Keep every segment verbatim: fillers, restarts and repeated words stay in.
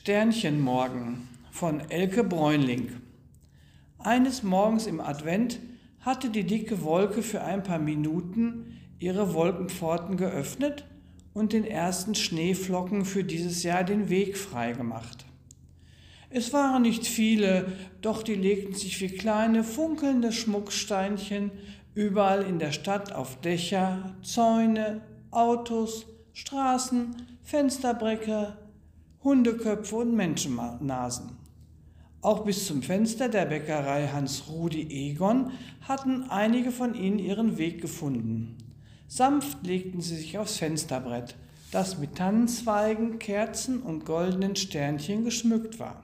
Sternchenmorgen von Elke Bräunling. Eines Morgens im Advent hatte die dicke Wolke für ein paar Minuten ihre Wolkenpforten geöffnet und den ersten Schneeflocken für dieses Jahr den Weg frei gemacht. Es waren nicht viele, doch die legten sich wie kleine funkelnde Schmucksteinchen überall in der Stadt auf Dächer, Zäune, Autos, Straßen, Fensterbretter, Hundeköpfe und Menschennasen. Auch bis zum Fenster der Bäckerei Hans-Rudi Egon hatten einige von ihnen ihren Weg gefunden. Sanft legten sie sich aufs Fensterbrett, das mit Tannenzweigen, Kerzen und goldenen Sternchen geschmückt war.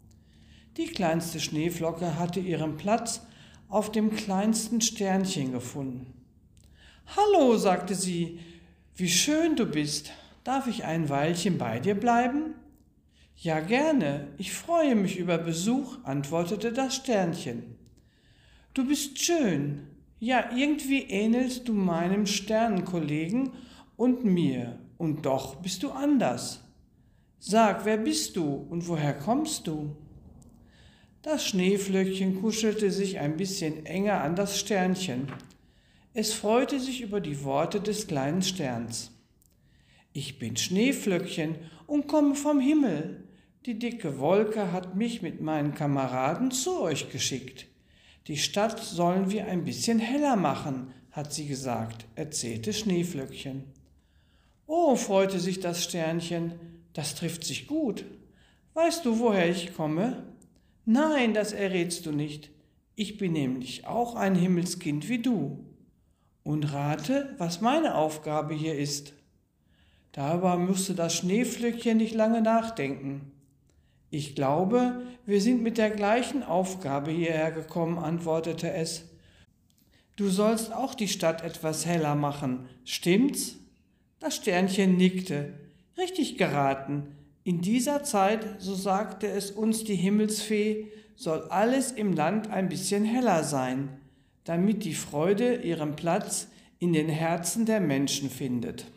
Die kleinste Schneeflocke hatte ihren Platz auf dem kleinsten Sternchen gefunden. »Hallo«, sagte sie, »wie schön du bist. Darf ich ein Weilchen bei dir bleiben?« »Ja, gerne. Ich freue mich über Besuch«, antwortete das Sternchen. »Du bist schön. Ja, irgendwie ähnelst du meinem Sternenkollegen und mir, und doch bist du anders. Sag, wer bist du und woher kommst du?« Das Schneeflöckchen kuschelte sich ein bisschen enger an das Sternchen. Es freute sich über die Worte des kleinen Sterns. »Ich bin Schneeflöckchen und komme vom Himmel. Die dicke Wolke hat mich mit meinen Kameraden zu euch geschickt. Die Stadt sollen wir ein bisschen heller machen«, hat sie gesagt, erzählte Schneeflöckchen. »Oh«, freute sich das Sternchen, »das trifft sich gut. Weißt du, woher ich komme?« »Nein, das errätst du nicht. Ich bin nämlich auch ein Himmelskind wie du. Und rate, was meine Aufgabe hier ist.« Darüber musste das Schneeflöckchen nicht lange nachdenken. »Ich glaube, wir sind mit der gleichen Aufgabe hierher gekommen«, antwortete es. »Du sollst auch die Stadt etwas heller machen, stimmt's?« Das Sternchen nickte. »Richtig geraten. In dieser Zeit, so sagte es uns die Himmelsfee, soll alles im Land ein bisschen heller sein, damit die Freude ihren Platz in den Herzen der Menschen findet.«